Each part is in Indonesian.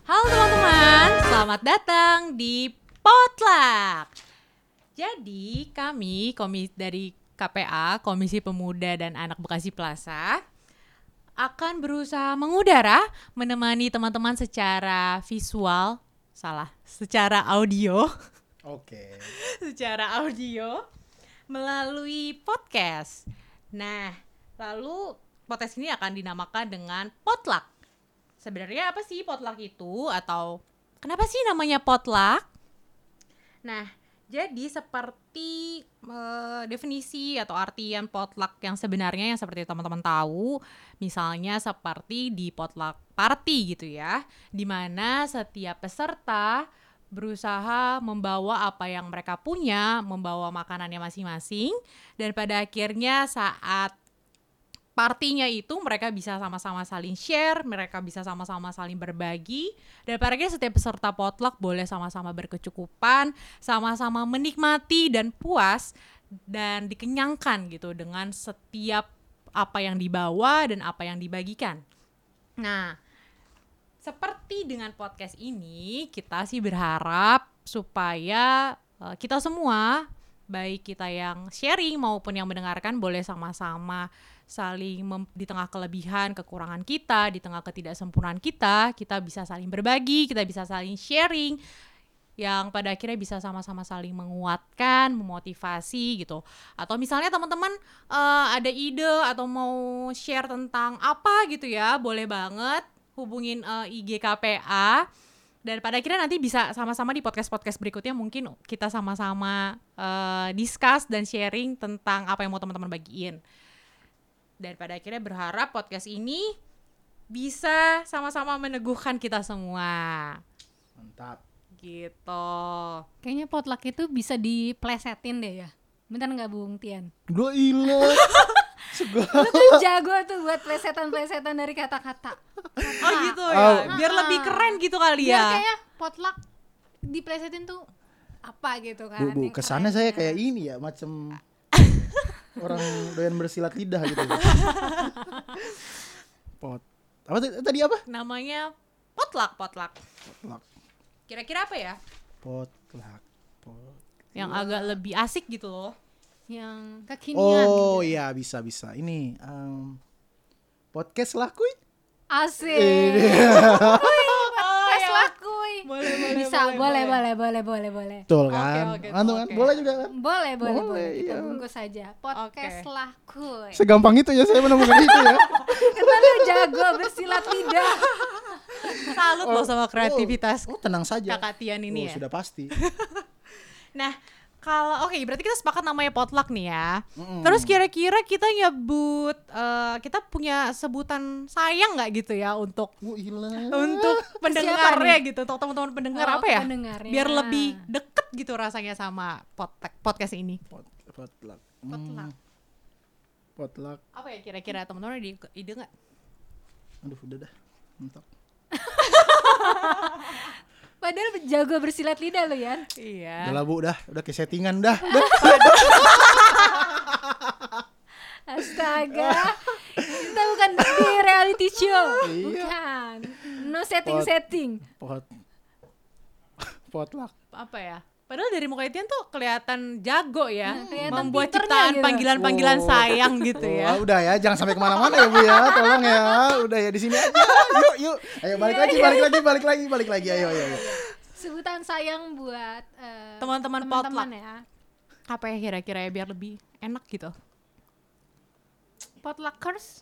Halo teman-teman, selamat datang di Potluck. Jadi kami dari KPA, Komisi Pemuda dan Anak Bekasi Plaza, akan berusaha mengudara menemani teman-teman secara secara audio, secara audio melalui podcast. Nah, lalu podcast ini akan dinamakan dengan Potluck. Sebenarnya apa sih potluck itu, atau kenapa sih namanya potluck? Nah, jadi seperti definisi atau artian potluck yang sebenarnya yang seperti teman-teman tahu, misalnya seperti di potluck party gitu ya, di mana setiap peserta berusaha membawa apa yang mereka punya, membawa makanannya masing-masing, dan pada akhirnya saat partinya itu mereka bisa sama-sama saling share, mereka bisa sama-sama saling berbagi, dan pada akhirnya setiap peserta potluck boleh sama-sama berkecukupan, sama-sama menikmati dan puas dan dikenyangkan gitu dengan setiap apa yang dibawa dan apa yang dibagikan. Nah, seperti dengan podcast ini, kita sih berharap supaya kita semua, baik kita yang sharing maupun yang mendengarkan, boleh sama-sama saling di tengah kelebihan, kekurangan kita, di tengah ketidaksempurnaan kita bisa saling berbagi, kita bisa saling sharing, yang pada akhirnya bisa sama-sama saling menguatkan, memotivasi gitu. Atau misalnya teman-teman ada ide atau mau share tentang apa gitu ya, boleh banget hubungin IG KPA. Dan pada akhirnya nanti bisa sama-sama di podcast-podcast berikutnya mungkin kita sama-sama discuss dan sharing tentang apa yang mau teman-teman bagiin. Dan pada akhirnya berharap podcast ini bisa sama-sama meneguhkan kita semua. Mantap. Gitu. Kayaknya potluck itu bisa diplesetin deh ya. Bentar gak Bung Tian? Gue ilah. Lu tuh jago tuh buat plesetan-plesetan dari kata-kata. Oh gitu ya, biar lebih keren gitu kali Biar ya. kayak potluck diplesetin tuh apa gitu kan. Bu, kesannya saya kayak ini ya, macam orang doyan bersilat lidah gitu. Apa tadi apa? Namanya potluck. Potluck. Kira-kira apa ya? Potluck. Yang agak lebih asik gitu loh. Yang kekinian Oh gitu. iya, bisa. Ini podcast lah kuy. Asik. Podcast lah kuy. Boleh. Boleh. Betul kan? Oke. Kan? Boleh juga kan? Boleh. Kita iya. bungkus saja. Podcast lah kuy. Segampang itu ya saya menemukan itu ya. Karena lu jago bersilat lidah. Salut loh sama kreativitas Tenang saja. Kakak Tian ini ya. Sudah pasti. Nah, kalau berarti kita sepakat namanya potluck nih ya. Terus kira-kira kita nyebut kita punya sebutan sayang nggak gitu ya untuk pendengarnya gitu, untuk teman-teman pendengar apa ya? Pendengarnya. Biar lebih deket gitu rasanya sama podcast ini. Potluck. Potluck. Apa ya kira-kira teman-teman ada ide nggak? Aduh, udah dah. Mentok. Padahal jago bersilat lidah lo ya. Iya. Udah lah Bu, udah ke settingan dah. Astaga. Kita bukan di reality show. Iya. Bukan. No setting. Potluck. Apa ya? Padahal dari muka Etian tuh kelihatan jago ya, kelihatan membuat pinternya ciptaan gitu. panggilan-panggilan sayang gitu ya. Udah ya, jangan sampai kemana-mana ya Bu ya, tolong ya. Udah ya di sini aja. Yuk. Ayo balik lagi. Ayo. Sebutan sayang buat Teman-teman teman-teman potluck. ya. Apa ya kira-kira ya biar lebih enak gitu? Potluckers.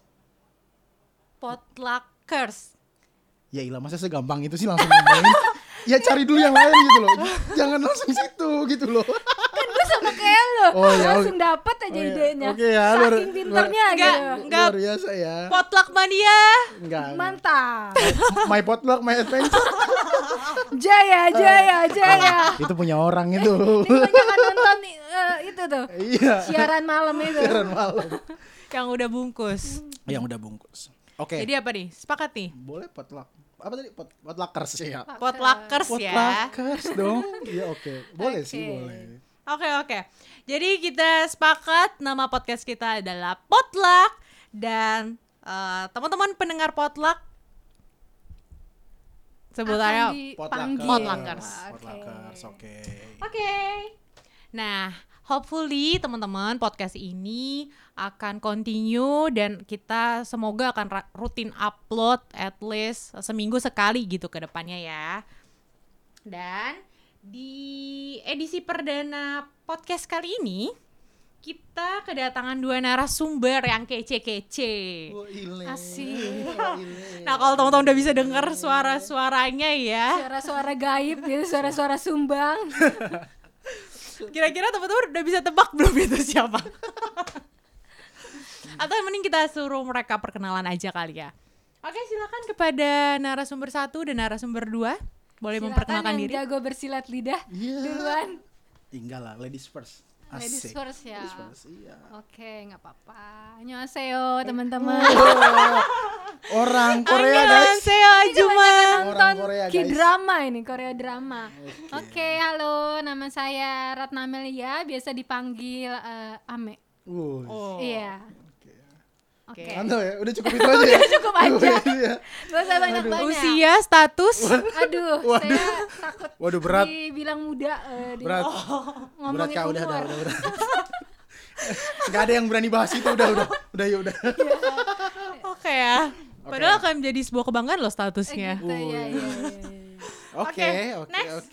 Potluckers. Ya ilah, masa segampang itu sih langsung ngomongin. Ya cari dulu yang lain gitu loh. Jangan langsung situ gitu loh. Kan gue sama kayak lo. Oh, ya, langsung dapet aja idenya. Oke ya, saking pinternya gitu. Enggak. luar biasa ya. Potluck mania. Enggak. Mantap. My potluck, my adventure. Jaya. Itu punya orang itu. Ini banyak nonton itu tuh. Iya. Siaran malam itu. Siaran malam. Yang udah bungkus. Yang udah bungkus. Oke. Jadi apa nih? Sepakat nih? Boleh potluck. Apa tadi? Potluckers ya. Potluckers ya. Potluckers dong. Iya oke. Boleh Oke. sih, boleh. Oke. Jadi kita sepakat nama podcast kita adalah Potluck. Dan teman-teman pendengar Potluck, sebutannya Akan dipanggil. Potluckers. Potluckers, oke. Oke. Nah, hopefully teman-teman podcast ini akan continue dan kita semoga akan rutin upload at least seminggu sekali gitu ke depannya ya. Dan di edisi perdana podcast kali ini kita kedatangan 2 narasumber yang kece-kece. Asik. Nah, kalau teman-teman udah bisa dengar suara-suaranya ya. Suara-suara gaib gitu, suara-suara sumbang. Kira-kira teman-teman udah bisa tebak belum itu siapa? Atau mending kita suruh mereka perkenalan aja kali ya. Oke, silakan kepada narasumber 1 dan narasumber 2. Boleh memperkenalkan diri. Silakan yang jago bersilat lidah duluan. Enggak lah, ladies first. Ladies Asik. first ya. Ladies first, iya. Oke, nggak apa-apa. Annyeonghaseyo teman-teman. Orang Korea guys. Annyeonghaseyo, Juma. Nonton Orang Korea, guys. K-drama ini, Korea drama. Oke, halo, nama saya Ratna Amelia, biasa dipanggil Ame. Oh. Iya. Oke. Mantap ya, udah cukup itu aja ya. Cukup aja. Iya. Gak usah banyak-banyak. Usia, status. Aduh, saya takut Waduh, berat. dibilang muda. Berat. Berat Ngomongin Kak, udah. umur. Gak ada yang berani bahas itu, udah ya udah. Oke ya. Padahal akan menjadi sebuah kebanggaan loh statusnya. Gitu, ya. Oke. next.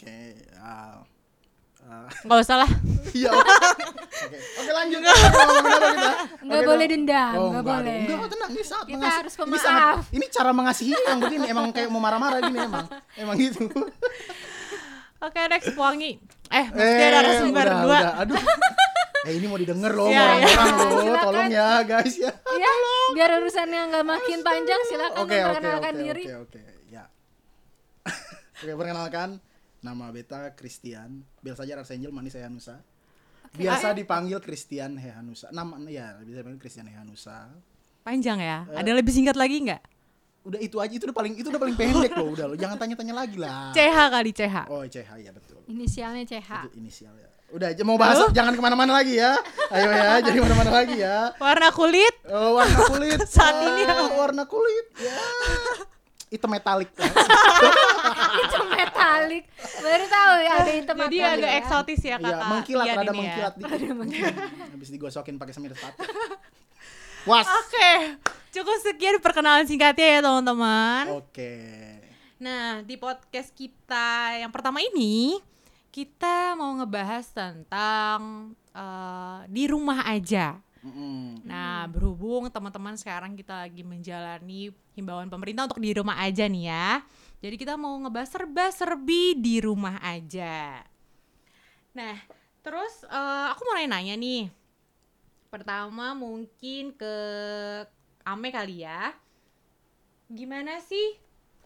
Nggak usah lah. Iya. Oke, lanjut. Ngomongin apa kita? Nggak boleh dendam, Oh, nggak boleh. Enggak, tenang, ini saat Kita mengasihi. harus Ini pemaaf. sangat, ini cara mengasihi yang begini, emang kayak mau marah-marah gini emang gitu. Oke, next Wangi. Maksudnya narasumber 2. Udah, aduh. Ini mau didengar loh Iya, orang-orang loh, Silakan. tolong ya guys ya. Ya, biar urusannya nggak makin panjang, silakan Oke, memperkenalkan diri. ya. Oke, perkenalkan, nama beta Christian, biasa saja Rarsangel Manis Hehanusa. Biasa dipanggil Christian Hehanusa. Nama ya, bisa dipanggil Christian Hehanusa. Panjang ya? Ada lebih singkat lagi nggak? Udah itu aja, itu udah paling pendek loh, udah lo. Jangan tanya-tanya lagi lah. CH kali, CH. Oh, CH ya betul. Inisialnya CH. Itu inisial ya. Udah aja mau bahas, jangan kemana-mana lagi ya. Ayo ya, jadi kemana-mana lagi ya. Warna kulit. Oh, warna kulit. Saat ini warna kulit. Ya. Itu metalik. Itu metalik. Baru tahu ya ada hitam Jadi metalik agak ya. eksotis ya Iya, kakak. mengkilat, Ian rada ini ya. mengkilat dikit. Habis digosokin pakai semir sepatu. Was. Oke, cukup sekian perkenalan singkatnya ya teman-teman. Oke. Nah, di podcast kita yang pertama ini kita mau ngebahas tentang di rumah aja. Nah, berhubung teman-teman sekarang kita lagi menjalani himbauan pemerintah untuk di rumah aja nih ya. Jadi kita mau ngebahas serba-serbi di rumah aja. Nah, terus aku mau nanya nih. Pertama mungkin ke Ame kali ya. Gimana sih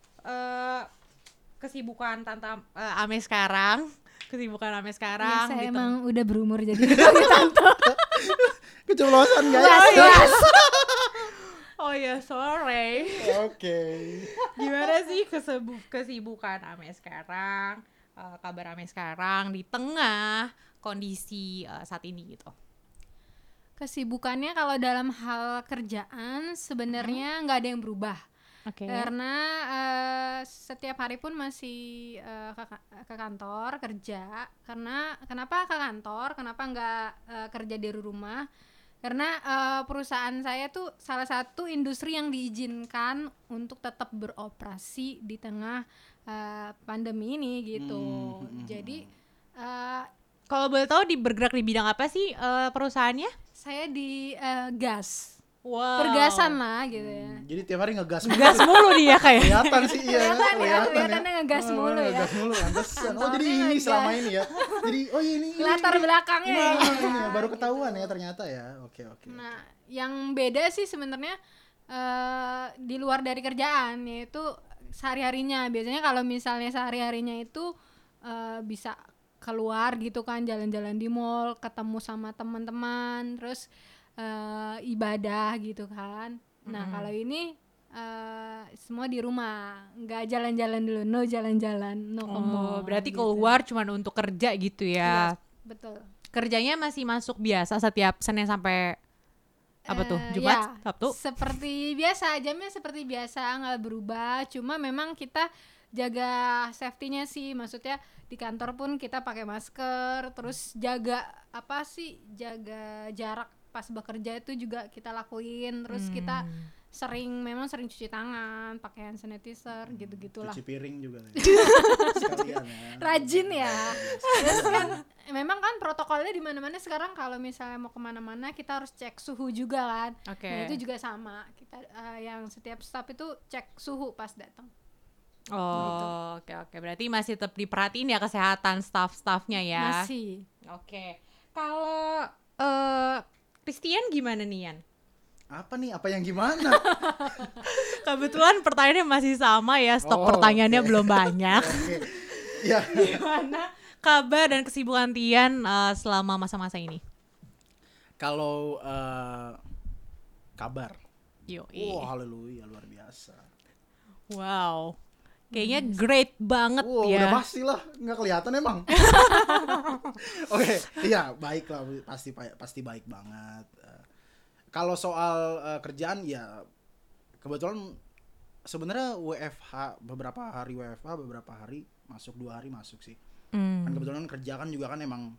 kesibukan Tante Ame sekarang? Kesibukan Ame Ya, sekarang saya gitu. emang udah berumur jadi tante. Keceplosan guys. Oh ya, sorry. Oke. Gimana sih kesibukan Ame sekarang? Kabar Ame sekarang di tengah kondisi saat ini gitu. Kesibukannya kalau dalam hal kerjaan sebenarnya nggak ada yang berubah. Oke. Karena setiap hari pun masih ke kantor kerja. Karena kenapa ke kantor? Kenapa nggak kerja dari rumah? Karena perusahaan saya tuh salah satu industri yang diizinkan untuk tetap beroperasi di tengah pandemi ini gitu. Jadi Kalau boleh tahu bergerak di bidang apa sih perusahaannya? saya di gas. Wow. Pergasan lah gitu ya. Jadi tiap hari ngegas Gas mulu dia kayak. kelihatan sih iya. Kelihatannya ngegas mulu ya. Ngegas mulu pantesan. Oh, jadi Kantornya ini ngegas. selama ini ya. Jadi ini. Latar belakangnya Ini, ya. ini ya, baru ketahuan ya ternyata ya. Oke. Nah, yang beda sih sebenarnya di luar dari kerjaan, yaitu sehari-harinya. Biasanya kalau misalnya sehari-harinya itu bisa keluar gitu kan, jalan-jalan di mall, ketemu sama teman-teman, terus ibadah gitu kan. Nah, kalau ini semua di rumah, nggak jalan-jalan dulu, no jalan-jalan, no ke mall. Berarti gitu. keluar cuma untuk kerja gitu ya. Betul. Kerjanya masih masuk biasa setiap Senin sampai apa tuh? Jumat, Ya, Sabtu? seperti biasa, jamnya seperti biasa, nggak berubah. Cuma memang kita jaga safety-nya sih, maksudnya di kantor pun kita pakai masker, terus jaga jarak pas bekerja itu juga kita lakuin, terus kita memang sering cuci tangan, pakai hand sanitizer gitu-gitulah. Cuci piring juga sekalian ya. Rajin ya. Terus kan memang kan protokolnya di mana-mana sekarang, kalau misalnya mau kemana-mana kita harus cek suhu juga kan. Nah itu juga sama, kita yang setiap staff itu cek suhu pas datang. Oh, oke. Berarti masih tetap diperhatiin ya kesehatan staff-staffnya ya. Masih. Oke. Kalau Christian gimana nih, Yan? Apa nih? Apa yang gimana? Kebetulan pertanyaannya masih sama ya, stok pertanyaannya belum banyak. Ya. Gimana kabar dan kesibukan Tian selama masa-masa ini? Kalau kabar. Haleluya, luar biasa. Wow. Kayaknya great banget ya. Udah pasti lah, nggak kelihatan emang. Oke, iya baik lah, pasti baik banget. Kalau soal kerjaan ya kebetulan sebenarnya beberapa hari masuk, 2 hari masuk sih. Kan kebetulan kerja kan juga kan emang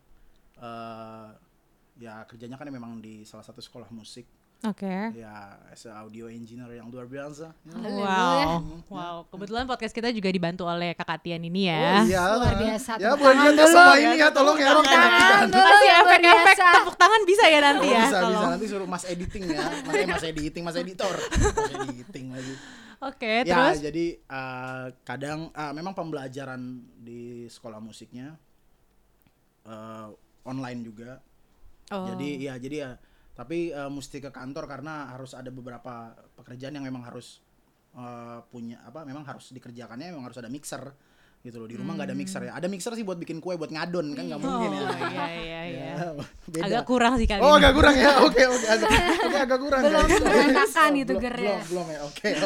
ya kerjanya kan memang di salah satu sekolah musik. Oke. Ya, as a audio engineer yang luar biasa. Wow. Kebetulan podcast kita juga dibantu oleh Kakak Tian ini ya. Oh iya. Luar biasa. Ya, boleh lihat semua ini ya, tolong ya. Kasih efek-efek tepuk tangan bisa ya nanti ya. Bisa nanti suruh Mas editing ya. Mas editor. Mas editing lagi. Oke, ya, terus? Jadi kadang memang pembelajaran di sekolah musiknya online juga. Jadi ya tapi mesti ke kantor karena harus ada beberapa pekerjaan yang memang harus memang harus dikerjakannya, memang harus ada mixer gitu loh. Di rumah nggak ada mixer ya. Ada mixer sih buat bikin kue, buat ngadon kan nggak mungkin ya. Iya. Agak kurang sih kali. Agak kurang ya. Oke. Agak kurang. Belum mengatakan itu gernya. Belum ya.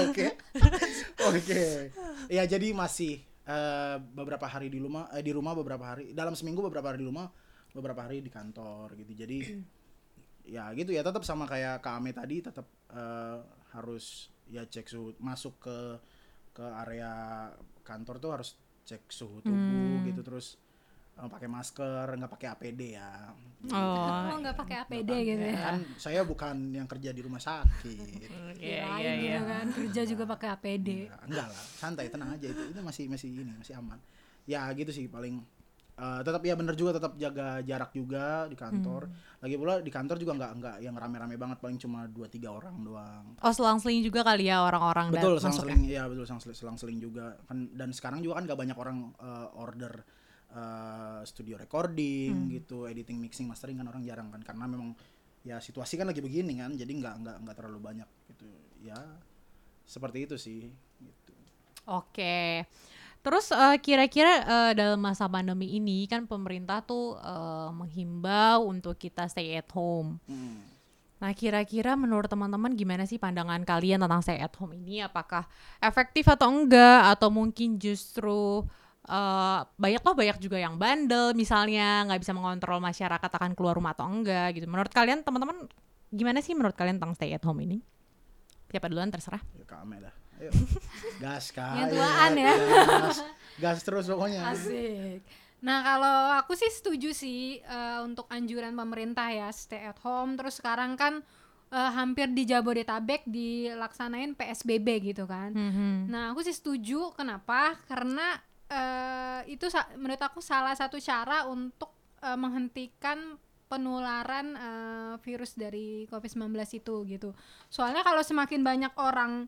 Oke. Ya jadi masih beberapa hari di rumah beberapa hari, dalam seminggu beberapa hari di rumah, beberapa hari di kantor gitu. Jadi ya gitu ya, tetap sama kayak Kak Ame tadi, tetap harus ya cek suhu, masuk ke area kantor tuh harus cek suhu tubuh gitu, terus pakai masker, nggak pakai APD ya. Nggak pakai APD gitu ya. Kan saya bukan yang kerja di rumah sakit. Iya kan, kerja juga pakai APD. Enggak lah, santai, tenang aja, itu masih aman. Ya gitu sih paling. Tetap ya bener juga, tetap jaga jarak juga di kantor. Lagi pula di kantor juga nggak yang rame-rame banget, paling cuma 2-3 orang doang. Selang-seling juga kali ya orang-orang. Betul, selang-seling ya, betul, selang-seling juga kan. Dan sekarang juga kan nggak banyak orang order studio recording gitu, editing, mixing, mastering kan orang jarang kan, karena memang ya situasi kan lagi begini kan, jadi nggak terlalu banyak gitu ya, seperti itu sih gitu. Oke. Terus kira-kira dalam masa pandemi ini kan pemerintah tuh menghimbau untuk kita stay at home. Nah kira-kira menurut teman-teman gimana sih pandangan kalian tentang stay at home ini? Apakah efektif atau enggak? Atau mungkin justru banyak juga yang bandel misalnya, nggak bisa mengontrol masyarakat akan keluar rumah atau enggak gitu. Menurut kalian teman-teman gimana sih menurut kalian tentang stay at home ini? Siapa duluan terserah. Ya Kame dah. Ayo. Gas Kak. Yang tuaan ya. Gas terus pokoknya. Asik. Nah kalau aku sih setuju sih untuk anjuran pemerintah ya stay at home. Terus sekarang kan hampir di Jabodetabek dilaksanain PSBB gitu kan. Nah aku sih setuju. Kenapa? Karena itu menurut aku salah satu cara untuk menghentikan penularan virus dari COVID-19 itu gitu. Soalnya kalau semakin banyak orang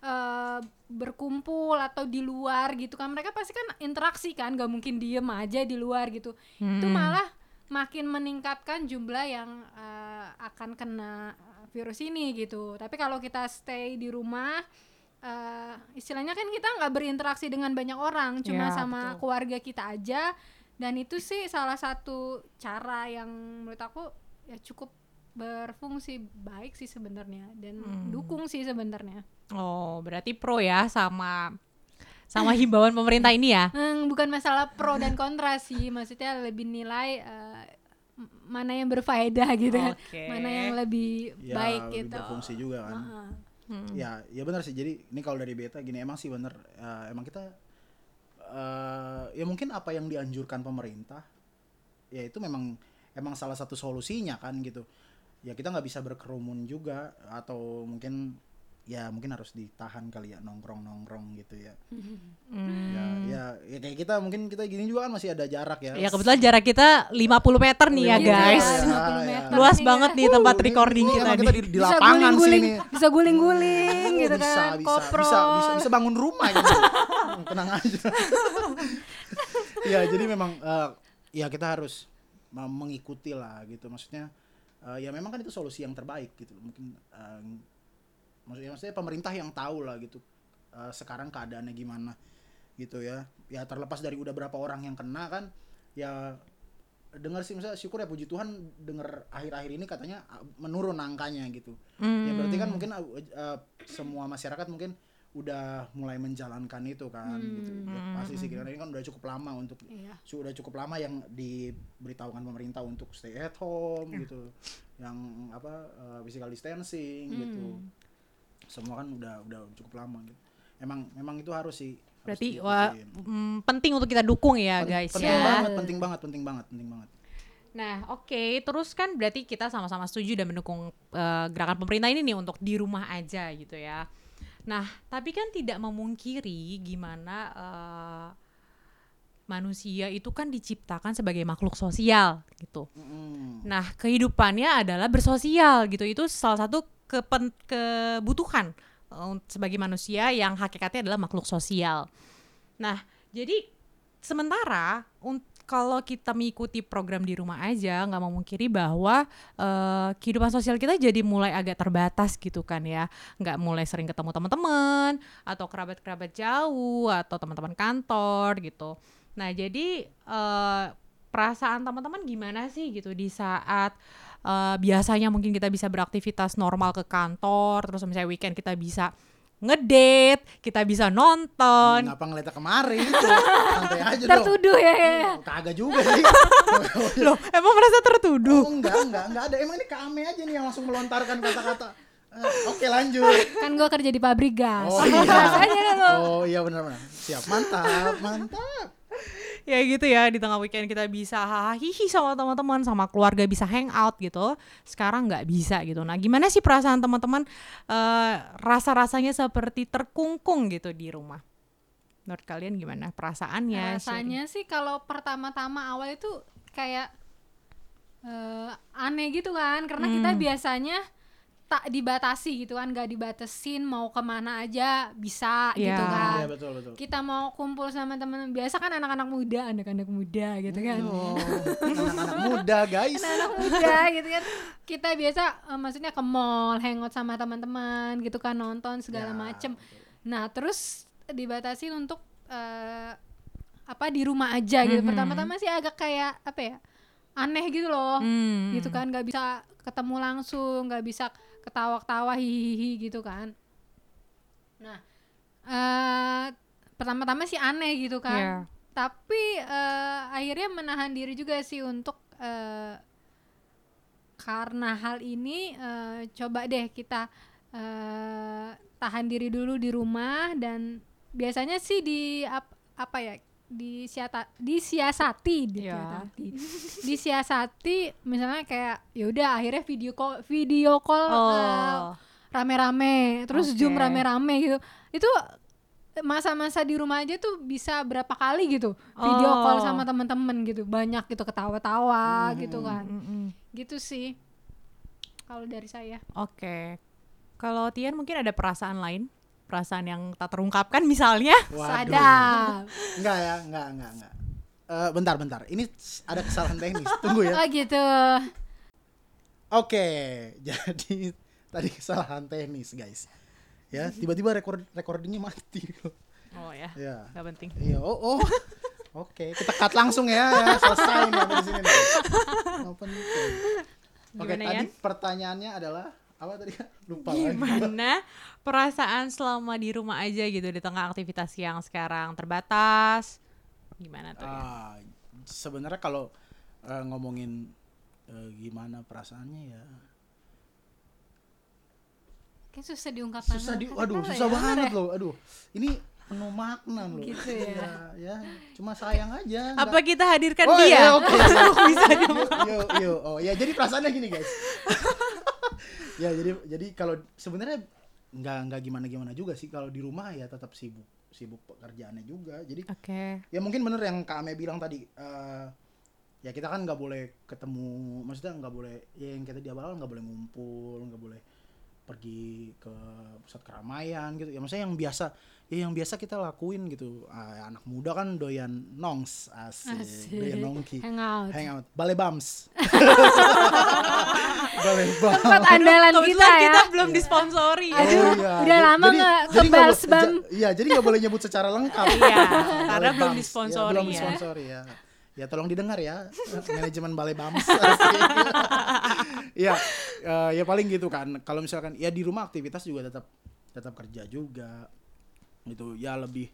berkumpul atau di luar gitu kan, mereka pasti kan interaksi kan, gak mungkin diem aja di luar gitu. Itu malah makin meningkatkan jumlah yang akan kena virus ini gitu. Tapi kalau kita stay di rumah, istilahnya kan kita nggak berinteraksi dengan banyak orang, cuma sama betul. Keluarga kita aja. Dan itu sih salah satu cara yang menurut aku ya cukup berfungsi baik sih sebenarnya, dan dukung sih sebenarnya. Berarti pro ya sama himbauan pemerintah ini ya? Bukan masalah pro dan kontra sih, maksudnya lebih nilai mana yang berfaedah gitu, mana yang lebih baik lebih gitu. Berfungsi juga kan. Ya benar sih. Jadi ini kalau dari beta gini, emang sih bener, emang kita ya mungkin apa yang dianjurkan pemerintah ya itu memang salah satu solusinya kan gitu. Ya kita nggak bisa berkerumun juga, atau mungkin harus ditahan kali ya, nongkrong gitu ya. Ya kayak kita gini juga kan masih ada jarak ya. Ya kebetulan jarak kita 50 meter nih ya guys. Ya, 50 meter Luas nih banget nih tempat recording ini kita emang nih. kita di lapangan sih ini. Bisa guling-guling gitu kan, koprol. Bisa bangun rumah gitu. Tenang aja. Ya jadi memang ya kita harus mengikuti lah gitu, maksudnya ya memang kan itu solusi yang terbaik gitu. Mungkin maksudnya pemerintah yang tahu lah gitu sekarang keadaannya gimana gitu ya. Ya terlepas dari udah berapa orang yang kena kan, ya dengar sih misalnya syukur ya, puji Tuhan dengar akhir-akhir ini katanya menurun angkanya gitu. Ya berarti kan mungkin semua masyarakat mungkin udah mulai menjalankan itu kan gitu. Ya, pasti sih karena ini kan udah cukup lama sudah cukup lama yang diberitahukan pemerintah untuk stay at home gitu. Yang physical distancing gitu. Semua kan udah cukup lama gitu. Memang itu harus sih. Berarti penting untuk kita dukung ya guys. Penting banget. Nah, oke. Terus kan berarti kita sama-sama setuju dan mendukung gerakan pemerintah ini nih untuk di rumah aja gitu ya. Nah, tapi kan tidak memungkiri gimana manusia itu kan diciptakan sebagai makhluk sosial gitu. Nah, kehidupannya adalah bersosial gitu. Itu salah satu kebutuhan sebagai manusia yang hakikatnya adalah makhluk sosial. Nah, jadi sementara kalau kita mengikuti program di rumah aja, nggak memungkiri bahwa kehidupan sosial kita jadi mulai agak terbatas gitu kan ya. Nggak mulai sering ketemu teman-teman atau kerabat-kerabat jauh atau teman-teman kantor gitu. Nah jadi perasaan teman-teman gimana sih gitu di saat biasanya mungkin kita bisa beraktivitas normal ke kantor, terus misalnya weekend kita bisa ngedate, kita bisa nonton. Ngapa ngeliatnya kemarin tuh? Santai aja dong. Tertuduh ya. Kagak juga sih. Loh, emang merasa tertuduh? Oh, enggak ada. Emang ini Kame aja nih yang langsung melontarkan kata-kata. Oke, lanjut. Kan gue kerja di pabrik gas. Oh iya. Rasanya lo. Oh iya benar. Siap, mantap. Ya gitu ya, di tengah weekend kita bisa hahihi sama teman-teman, sama keluarga bisa hangout gitu. Sekarang nggak bisa gitu. Nah gimana sih perasaan teman-teman rasa-rasanya seperti terkungkung gitu di rumah? Menurut kalian gimana perasaannya? Rasanya sih kalau pertama-tama awal itu kayak aneh gitu kan, karena kita biasanya tak dibatasi gitu kan, gak dibatesin mau kemana aja bisa gitu kan. Iya betul. Kita mau kumpul sama teman, biasa kan anak-anak muda gitu kan. Anak-anak muda guys. Anak muda gitu kan. Kita biasa maksudnya ke mall, hangout sama teman-teman gitu kan, nonton segala macem. Nah terus dibatasin untuk di rumah aja gitu. Pertama-tama sih agak kayak aneh gitu loh, gitu kan, nggak bisa ketemu langsung, nggak bisa ketawa-ketawa hihihi gitu kan. Nah pertama-tama sih aneh gitu kan, tapi akhirnya menahan diri juga sih untuk karena hal ini coba deh kita tahan diri dulu di rumah, dan biasanya sih disiasati misalnya kayak yaudah akhirnya video call rame-rame, terus Zoom rame-rame gitu. Itu masa-masa di rumah aja tuh bisa berapa kali gitu video call sama teman-teman gitu, banyak gitu, ketawa-tawa gitu kan. Gitu sih kalau dari saya. Oke. Kalau Tian mungkin ada perasaan lain? Perasaan yang tak terungkapkan misalnya? Sadap. Enggak. Bentar. Ini ada kesalahan teknis. Tunggu ya. Oh gitu. Oke, jadi tadi kesalahan teknis guys. Ya, tiba-tiba recordingnya mati. Oh ya. Gak penting. Iya. Oh. Oke, kita cut langsung ya. Selesai nih di sini nih. Oh, penting. Oke, tadi pertanyaannya adalah apa tadi? Lupa lagi. Gimana perasaan selama di rumah aja gitu di tengah aktivitas yang sekarang terbatas? Gimana tuh? Sebenarnya kalau ngomongin gimana perasaannya ya. Kayak susah diungkapkan. Susah banget loh. Aduh. Ini penuh makna loh. Gitu ya. Ya, cuma sayang aja. Apa kita hadirkan Oh, dia? iya, oke. Bisa Yuk. Oh ya, jadi perasaannya gini guys. Ya jadi kalau sebenarnya nggak gimana juga sih, kalau di rumah ya tetap sibuk pekerjaannya juga. Jadi ya mungkin bener yang Kak Ame bilang tadi, ya kita kan nggak boleh ketemu, maksudnya nggak boleh ya yang kita di awal nggak boleh ngumpul, nggak boleh pergi ke pusat keramaian gitu ya, maksudnya yang biasa kita lakuin gitu. Anak muda kan doyan nongs, asik. Doyan nongki, hangout, balai bams. Balai bams, tempat andalan kita ya. Kita belum disponsori. Aduh, iya. udah lama nggak ke Bals Bam. Iya, jadi nggak boleh nyebut secara lengkap. Iya, karena Balai belum Bams. disponsori Ya, belum ya. disponsori ya. Ya tolong didengar ya, manajemen Balai Bams. Iya, ya paling gitu kan. Kalau misalkan ya di rumah aktivitas juga tetap kerja juga. Gitu. Ya lebih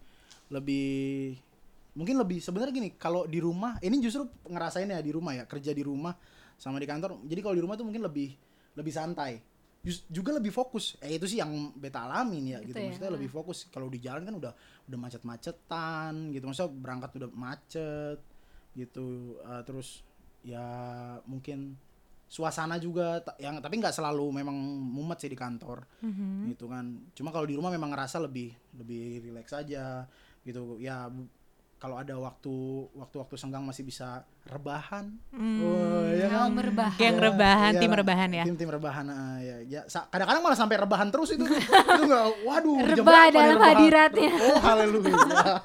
mungkin lebih sebenarnya gini, kalau di rumah ini justru ngerasain ya di rumah ya, kerja di rumah sama di kantor. Jadi kalau di rumah tuh mungkin lebih santai. Juga lebih fokus. Itu sih yang beta alamin ya gitu. Maksudnya lebih fokus. Kalau di jalan kan udah macet-macetan gitu. Maksudnya berangkat udah macet gitu, terus ya mungkin suasana juga yang, tapi nggak selalu memang mumet sih di kantor gitu kan. Cuma kalau di rumah memang ngerasa lebih rileks aja gitu ya. Kalau ada waktu senggang masih bisa rebahan. Ya kan? Geng rebahan, tim rebahan ya. Tim rebahan ya kadang-kadang malah sampai rebahan terus itu nggak, waduh, jam Rebah berapa dalam rebahan? hadiratnya. Oh haleluya.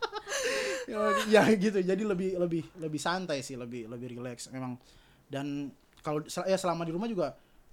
Ya gitu, jadi lebih santai sih, lebih rileks memang. Dan kalau ya selama di rumah juga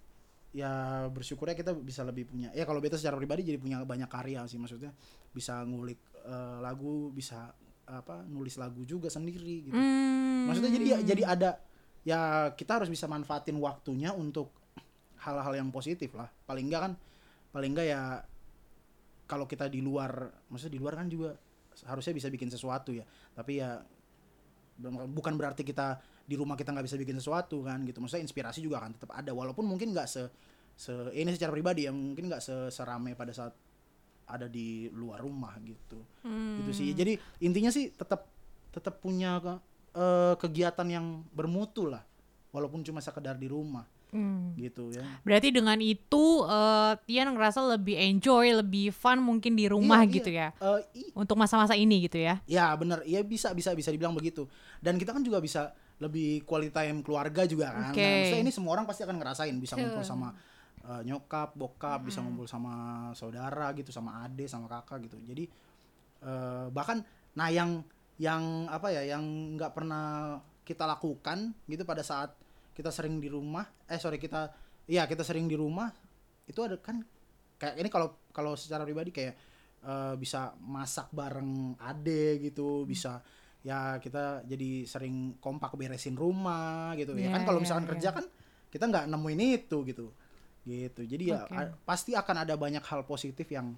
ya bersyukurnya kita bisa lebih punya, ya kalau beta secara pribadi jadi punya banyak karya sih, maksudnya bisa ngulik lagu, bisa nulis lagu juga sendiri gitu. Maksudnya jadi ada ya, kita harus bisa manfaatin waktunya untuk hal-hal yang positif lah. Paling enggak ya kalau kita di luar, maksudnya di luar kan juga harusnya bisa bikin sesuatu ya, tapi ya bukan berarti kita di rumah kita nggak bisa bikin sesuatu kan gitu. Maksudnya inspirasi juga akan tetap ada, walaupun mungkin nggak ini secara pribadi ya, mungkin nggak serame pada saat ada di luar rumah gitu. Gitu sih. Jadi intinya sih tetap punya kegiatan yang bermutu lah, walaupun cuma sekedar di rumah. Gitu ya. Berarti dengan itu Tian ngerasa lebih enjoy, lebih fun mungkin di rumah gitu ya. Untuk masa-masa ini gitu ya. Ya benar, ya bisa dibilang begitu. Dan kita kan juga bisa lebih quality time keluarga juga kan. Nah, maksudnya ini semua orang pasti akan ngerasain, bisa ngumpul sama nyokap, bokap, bisa ngumpul sama saudara gitu, sama ade, sama kakak gitu. Jadi bahkan nah yang yang nggak pernah kita lakukan gitu pada saat kita sering di rumah, kita sering di rumah itu ada kan, kayak ini kalau secara pribadi kayak bisa masak bareng ade gitu, bisa ya kita jadi sering kompak beresin rumah gitu ya kan. Kalau misalkan kerja kan kita nggak nemuin itu gitu. Jadi ya pasti akan ada banyak hal positif yang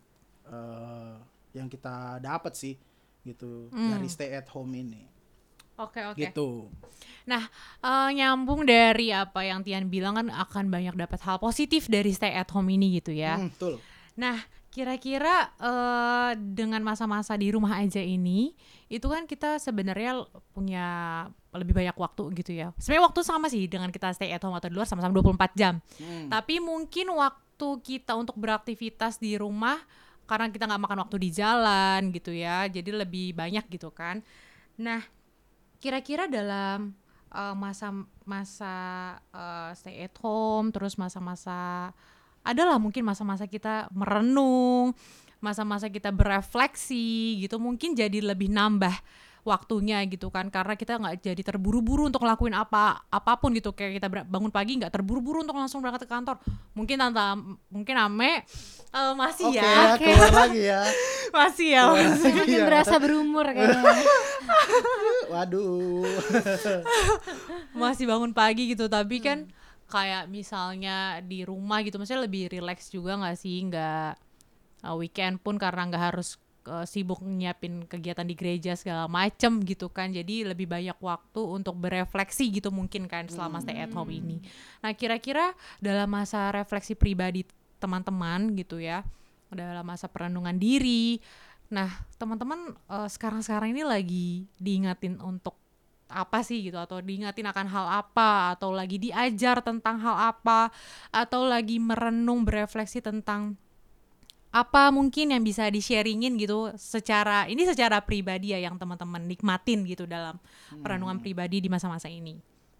kita dapat sih gitu dari stay at home ini. Oke. Gitu. Nah, nyambung dari apa yang Tian bilang kan, akan banyak dapat hal positif dari stay at home ini gitu ya. Betul. Nah, kira-kira dengan masa-masa di rumah aja ini, itu kan kita sebenarnya punya lebih banyak waktu gitu ya. Sebenarnya waktu sama sih dengan kita stay at home atau di luar, sama-sama 24 jam. Tapi mungkin waktu kita untuk beraktivitas di rumah, karena kita nggak makan waktu di jalan gitu ya, jadi lebih banyak gitu kan. Nah, kira-kira dalam masa-masa stay at home, terus masa-masa adalah mungkin masa-masa kita merenung, masa-masa kita berefleksi gitu, mungkin jadi lebih nambah waktunya gitu kan, karena kita nggak jadi terburu-buru untuk ngelakuin apapun gitu. Kayak kita bangun pagi nggak terburu-buru untuk langsung berangkat ke kantor. Mungkin Ame masih ya. Keluar lagi ya. Masih ya. Makin berasa berumur kayaknya. Waduh. Masih bangun pagi gitu, tapi kan kayak misalnya di rumah gitu, maksudnya lebih relax juga nggak sih, nggak weekend pun karena nggak harus sibuk nyiapin kegiatan di gereja segala macem gitu kan, jadi lebih banyak waktu untuk berefleksi gitu mungkin kan selama stay at home ini. Nah, kira-kira dalam masa refleksi pribadi teman-teman gitu ya, dalam masa perenungan diri, Nah, teman-teman sekarang-sekarang ini lagi diingatin untuk apa sih gitu, atau diingatin akan hal apa, atau lagi diajar tentang hal apa, atau lagi merenung berefleksi tentang apa mungkin yang bisa di-sharingin gitu secara pribadi ya, yang teman-teman nikmatin gitu dalam perenungan pribadi di masa-masa ini.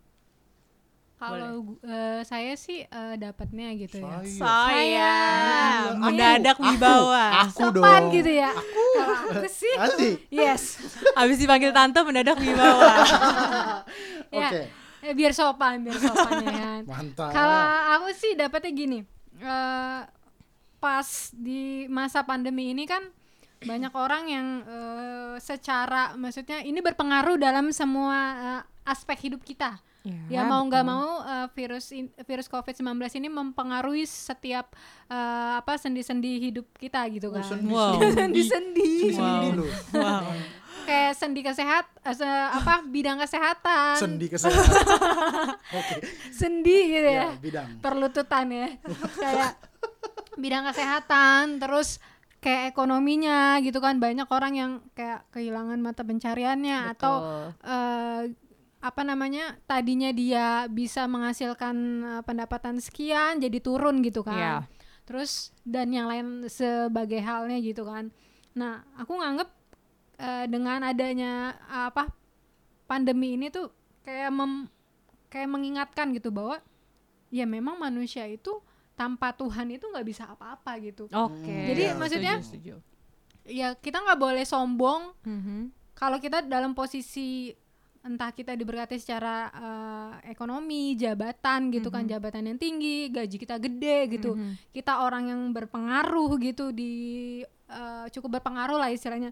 Kalau saya sih dapatnya gitu ya. Saya Aku. mendadak wibawa. Aku Sopan dong. gitu ya. Kalau aku sih Asik. yes. Habis dipanggil tante mendadak wibawa. Ya, Oke. biar sopan ya kan. Mantap. Kalau aku sih dapetnya gini, pas di masa pandemi ini kan banyak orang yang secara maksudnya ini berpengaruh dalam semua aspek hidup kita. Ya mau nggak mau virus COVID-19 ini mempengaruhi setiap sendi-sendi hidup kita gitu kan. Sendi-sendi. Sendi loh. Wow. Kayak bidang kesehatan. Sendi kesehatan. Oke. Sendi gitu ya. Bidang. Perlututan ya. Kayak bidang kesehatan, terus kayak ekonominya gitu kan, banyak orang yang kayak kehilangan mata pencariannya. Betul. Atau tadinya dia bisa menghasilkan pendapatan sekian jadi turun gitu kan. Yeah. Terus dan yang lain sebagai halnya gitu kan. Nah, aku nganggep dengan adanya pandemi ini tuh kayak mengingatkan gitu bahwa ya memang manusia itu tanpa Tuhan itu nggak bisa apa-apa gitu. Oke. Jadi Ya, maksudnya setuju. ya kita nggak boleh sombong Mhm. kalau kita dalam posisi entah kita diberkati secara ekonomi, jabatan gitu kan, jabatan yang tinggi, gaji kita gede gitu, kita orang yang berpengaruh gitu cukup berpengaruh lah istilahnya.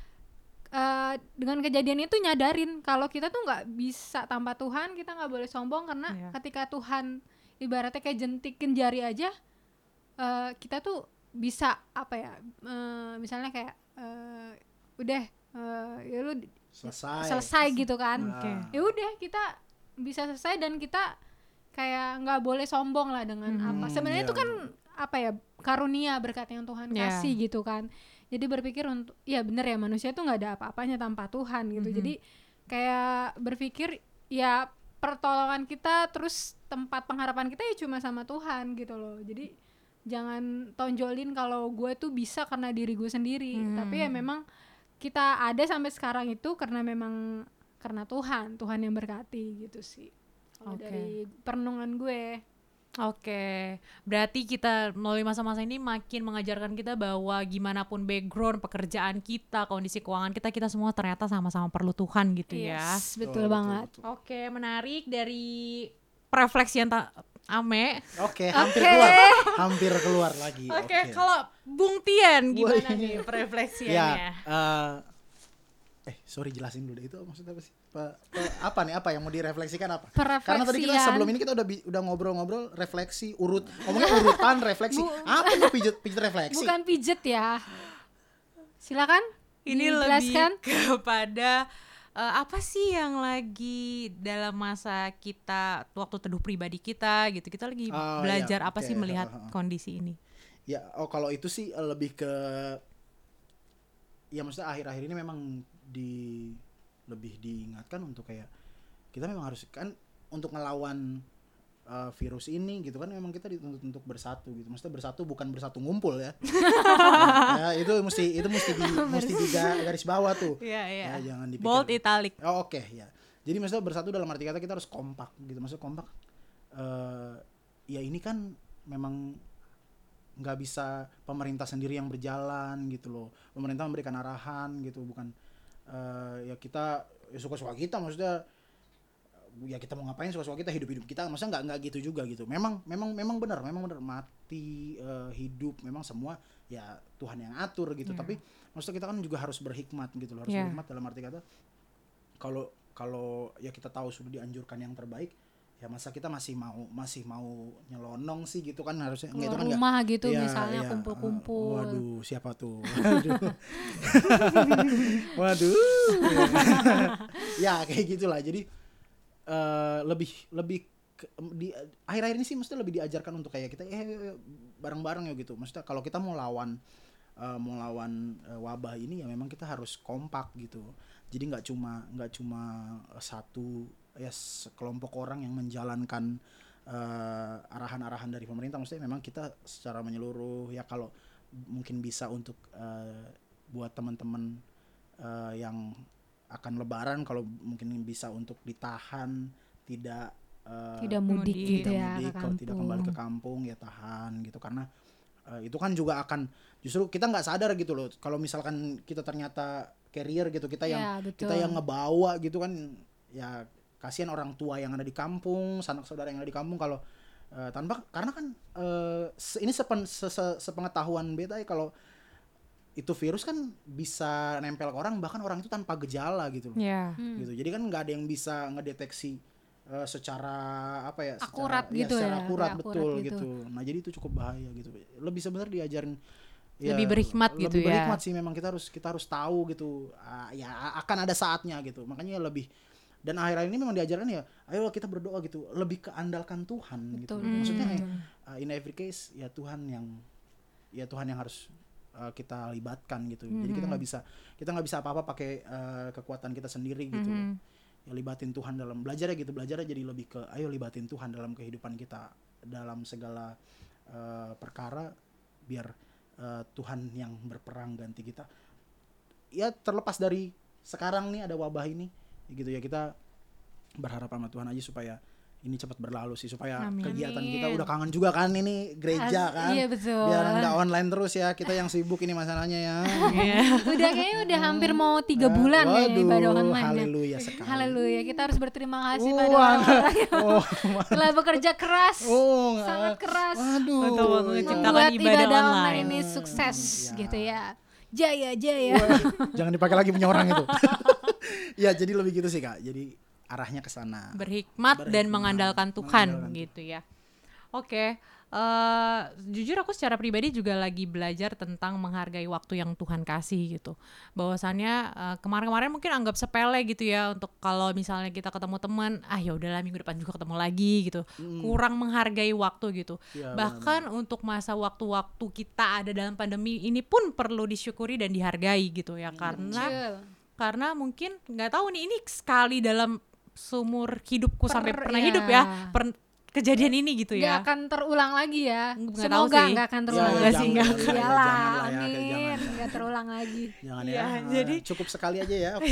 Dengan kejadian itu nyadarin kalau kita tuh nggak bisa tanpa Tuhan, kita nggak boleh sombong karena ketika Tuhan ibaratnya kayak jentikin jari aja, kita tuh bisa misalnya kayak udah ya lu selesai gitu kan. Ya udah kita bisa selesai dan kita kayak nggak boleh sombong lah dengan apa sebenarnya itu kan karunia berkat yang Tuhan kasih gitu kan. Jadi berpikir untuk ya bener ya, manusia tuh nggak ada apa-apanya tanpa Tuhan gitu. Jadi kayak berpikir ya pertolongan kita, terus tempat pengharapan kita ya cuma sama Tuhan gitu loh. Jadi jangan tonjolin kalau gue tuh bisa karena diri gue sendiri, tapi ya memang kita ada sampai sekarang itu karena Tuhan yang berkati gitu sih. Dari perenungan gue. Oke, berarti kita melalui masa-masa ini makin mengajarkan kita bahwa gimana pun background pekerjaan kita, kondisi keuangan kita semua ternyata sama-sama perlu Tuhan gitu ya. Yes, betul banget. Oke, menarik dari refleksian Ame. Oke, hampir keluar lagi. Oke, kalau Bung Tian gimana nih refleksiannya? Sorry, jelasin dulu deh, itu maksudnya apa sih? Apa yang mau direfleksikan apa? Perefleksian. Karena tadi kita sebelum ini kita udah ngobrol-ngobrol refleksi, ngomongnya urutan refleksi. Apa nih pijet refleksi? Bukan pijet ya. Silakan. Ini dijelaskan. lebih kepada apa sih yang lagi dalam masa kita waktu teduh pribadi kita gitu. Kita lagi belajar apa sih melihat kondisi ini? Ya, kalau itu sih lebih ke ya maksudnya akhir-akhir ini memang lebih diingatkan untuk kayak kita memang harus kan untuk ngelawan virus ini gitu kan, memang kita dituntut untuk bersatu gitu. Maksudnya bersatu bukan bersatu ngumpul ya. Ya itu mesti di garis bawah tuh. Iya. Ya, jangan dipikir. Bold italic. Oke, ya. Jadi maksudnya bersatu dalam arti kata kita harus kompak gitu. Maksudnya kompak ya ini kan memang nggak bisa pemerintah sendiri yang berjalan gitu loh. Pemerintah memberikan arahan gitu, bukan ya kita ya suka-suka kita, maksudnya ya kita mau ngapain suka-suka kita, hidup kita, maksudnya nggak gitu juga gitu. Memang benar mati hidup memang semua ya Tuhan yang atur gitu. Tapi maksudnya kita kan juga harus berhikmat gitu loh, berhikmat dalam arti kata kalau ya kita tahu sudah dianjurkan yang terbaik, ya masa kita masih mau nyelonong sih gitu kan, harusnya keluar itu kan rumah gak, gitu ya, misalnya kumpul-kumpul. Waduh, siapa tuh? Waduh. Ya kayak gitulah. Jadi lebih di akhir-akhir ini sih mesti lebih diajarkan untuk kayak kita bareng-bareng ya gitu. Maksudnya kalau kita mau lawan mau lawan wabah ini ya memang kita harus kompak gitu. Jadi nggak cuma satu ya sekelompok orang yang menjalankan arahan-arahan dari pemerintah, maksudnya memang kita secara menyeluruh ya, kalau mungkin bisa untuk buat teman-teman yang akan lebaran, kalau mungkin bisa untuk ditahan tidak mudik gitu tidak ya mudik, ke kalau tidak kembali ke kampung ya tahan gitu, karena itu kan juga akan justru kita nggak sadar gitu loh, kalau misalkan kita ternyata carrier gitu, kita yang ngebawa gitu kan ya, kasihan orang tua yang ada di kampung, sanak saudara yang ada di kampung kalau tanpa, karena kan ini sepengetahuan beta ya, kalau itu virus kan bisa nempel ke orang, bahkan orang itu tanpa gejala gitu loh. Gitu. Jadi kan nggak ada yang bisa ngedeteksi secara apa ya, akurat secara, gitu secara ya, akurat akurat betul gitu. Nah jadi itu cukup bahaya gitu. Lebih sebenarnya diajarin ya, lebih berhikmat gitu lebih ya. berhikmat sih, memang kita harus tahu gitu. Ya akan ada saatnya gitu. Makanya lebih, dan akhir-akhir ini memang diajarkan ya, ayo kita berdoa gitu, lebih keandalkan Tuhan gitu. Maksudnya in every case ya Tuhan yang harus kita libatkan gitu. Jadi kita nggak bisa apa-apa pakai kekuatan kita sendiri gitu. Ya libatin Tuhan dalam belajar jadi lebih ke ayo libatin Tuhan dalam kehidupan kita, dalam segala perkara, biar Tuhan yang berperang ganti kita. Ya terlepas dari sekarang nih ada wabah ini gitu ya, kita berharap sama Tuhan aja supaya ini cepat berlalu sih, supaya kegiatan kita udah kangen juga kan ini gereja kan. Iya betul. Biar nggak online terus ya, kita yang sibuk ini masalahnya ya. Udah hampir mau 3 bulan ya ibadah online. Haleluya sekali. Haleluya, kita harus berterima kasih pada orang-orang yang telah bekerja keras, sangat keras, untuk membuat ibadah online ini sukses gitu ya. Jaya. Jangan dipakai lagi punya orang itu. Ya jadi lebih gitu sih Kak. Jadi arahnya ke sana. Berhikmat dan mengandalkan Tuhan gitu ya. Oke. Jujur aku secara pribadi juga lagi belajar tentang menghargai waktu yang Tuhan kasih gitu. Bahwasannya kemarin-kemarin mungkin anggap sepele gitu ya, untuk kalau misalnya kita ketemu teman, ya udahlah minggu depan juga ketemu lagi gitu. Kurang menghargai waktu gitu. Ya, bahkan untuk masa waktu-waktu kita ada dalam pandemi ini pun perlu disyukuri dan dihargai gitu ya, karena mungkin nggak tahu nih, ini sekali dalam seumur hidupku sampai pernah hidup ya, kejadian ini gitu ya. Gak akan terulang lagi ya. Semoga gak akan terulang lagi. Iyalah, amin. Gak terulang lagi. Jangan ya. Jadi cukup sekali aja ya.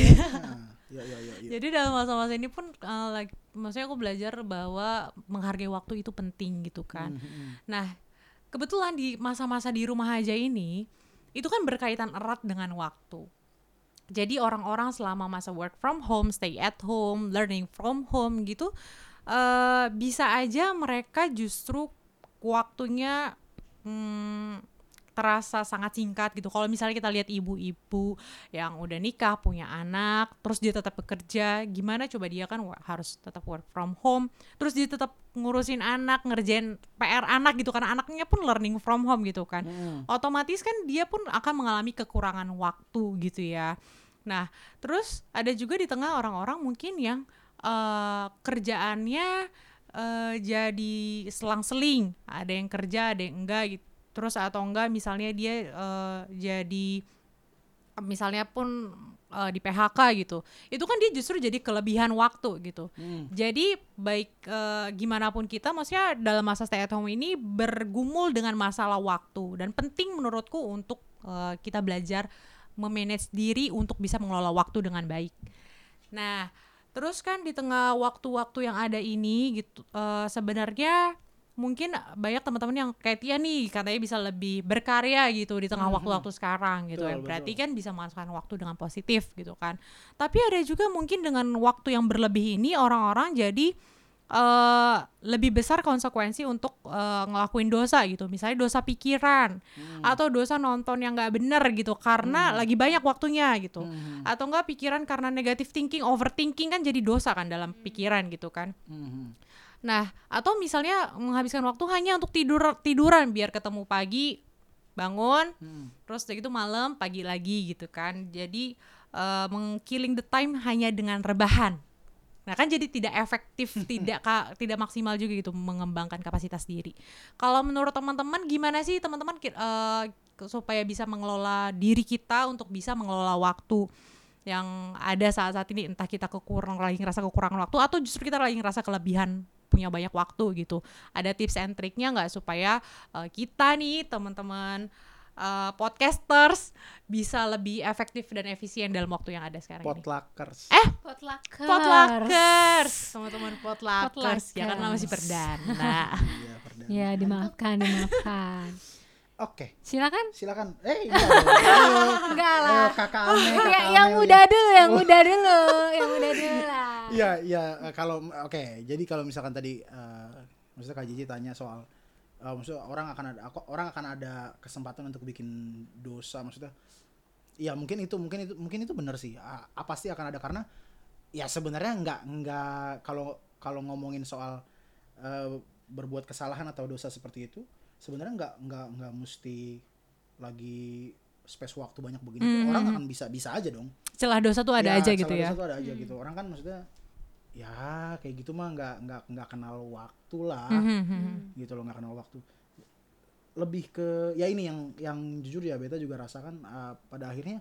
Jadi dalam masa-masa ini pun maksudnya aku belajar bahwa menghargai waktu itu penting gitu kan. Nah, kebetulan di masa-masa di rumah aja ini itu kan berkaitan erat dengan waktu. Jadi orang-orang selama masa work from home, stay at home, learning from home gitu, bisa aja mereka justru waktunya terasa sangat singkat gitu. Kalau misalnya kita lihat ibu-ibu yang udah nikah, punya anak, terus dia tetap bekerja, gimana coba, dia kan harus tetap work from home, terus dia tetap ngurusin anak, ngerjain PR anak gitu, karena anaknya pun learning from home gitu kan. Otomatis kan dia pun akan mengalami kekurangan waktu gitu ya. Nah, terus ada juga di tengah orang-orang mungkin yang kerjaannya jadi selang-seling, ada yang kerja, ada yang enggak gitu. Terus atau enggak misalnya dia jadi misalnya pun di PHK gitu, itu kan dia justru jadi kelebihan waktu gitu. Jadi baik gimana pun kita, maksudnya dalam masa stay at home ini bergumul dengan masalah waktu, dan penting menurutku untuk kita belajar memanage diri untuk bisa mengelola waktu dengan baik. Nah, terus kan di tengah waktu-waktu yang ada ini gitu, sebenarnya mungkin banyak teman-teman yang kayak Tia nih katanya bisa lebih berkarya gitu di tengah waktu-waktu sekarang gitu. Betul, berarti kan bisa menghasilkan waktu dengan positif gitu kan. Tapi ada juga mungkin dengan waktu yang berlebih ini orang-orang jadi lebih besar konsekuensi untuk ngelakuin dosa gitu. Misalnya dosa pikiran atau dosa nonton yang gak bener gitu karena lagi banyak waktunya gitu. Atau enggak pikiran karena negative thinking, overthinking kan jadi dosa kan dalam pikiran gitu kan. Nah, atau misalnya menghabiskan waktu hanya untuk tiduran biar ketemu pagi, bangun, terus udah gitu malam, pagi lagi gitu kan. Jadi killing the time hanya dengan rebahan. Nah kan jadi tidak efektif, tidak maksimal juga gitu mengembangkan kapasitas diri. Kalau menurut teman-teman gimana sih teman-teman supaya bisa mengelola diri kita untuk bisa mengelola waktu yang ada saat-saat ini, entah kita lagi ngerasa kekurangan waktu atau justru kita lagi ngerasa kelebihan punya banyak waktu gitu. Ada tips and triknya nggak supaya kita nih teman-teman podcasters bisa lebih efektif dan efisien dalam waktu yang ada sekarang ini. Potluckers. Potluckers, teman-teman potluckers. Ya karena masih perdana. Iya, perdana. Ya, dimaafkan. Oke. Silakan. Iya dong. Enggak lah. Kakak Ame, yang muda dulu lah. Iya, kalau jadi kalau misalkan tadi maksudnya Kak Cici tanya soal maksudnya orang akan ada kesempatan untuk bikin dosa, maksudnya ya mungkin itu benar sih. Pasti akan ada, karena ya sebenarnya enggak kalau ngomongin soal berbuat kesalahan atau dosa seperti itu, sebenarnya enggak mesti lagi space waktu banyak begini. Orang akan bisa aja dong. Celah dosa tuh ada aja gitu ya. Celah dosa tuh ada aja gitu. Orang kan maksudnya ya kayak gitu mah enggak kenal waktu lah. Gitu loh, enggak kenal waktu. Lebih ke ya ini yang jujur ya Beta juga rasakan pada akhirnya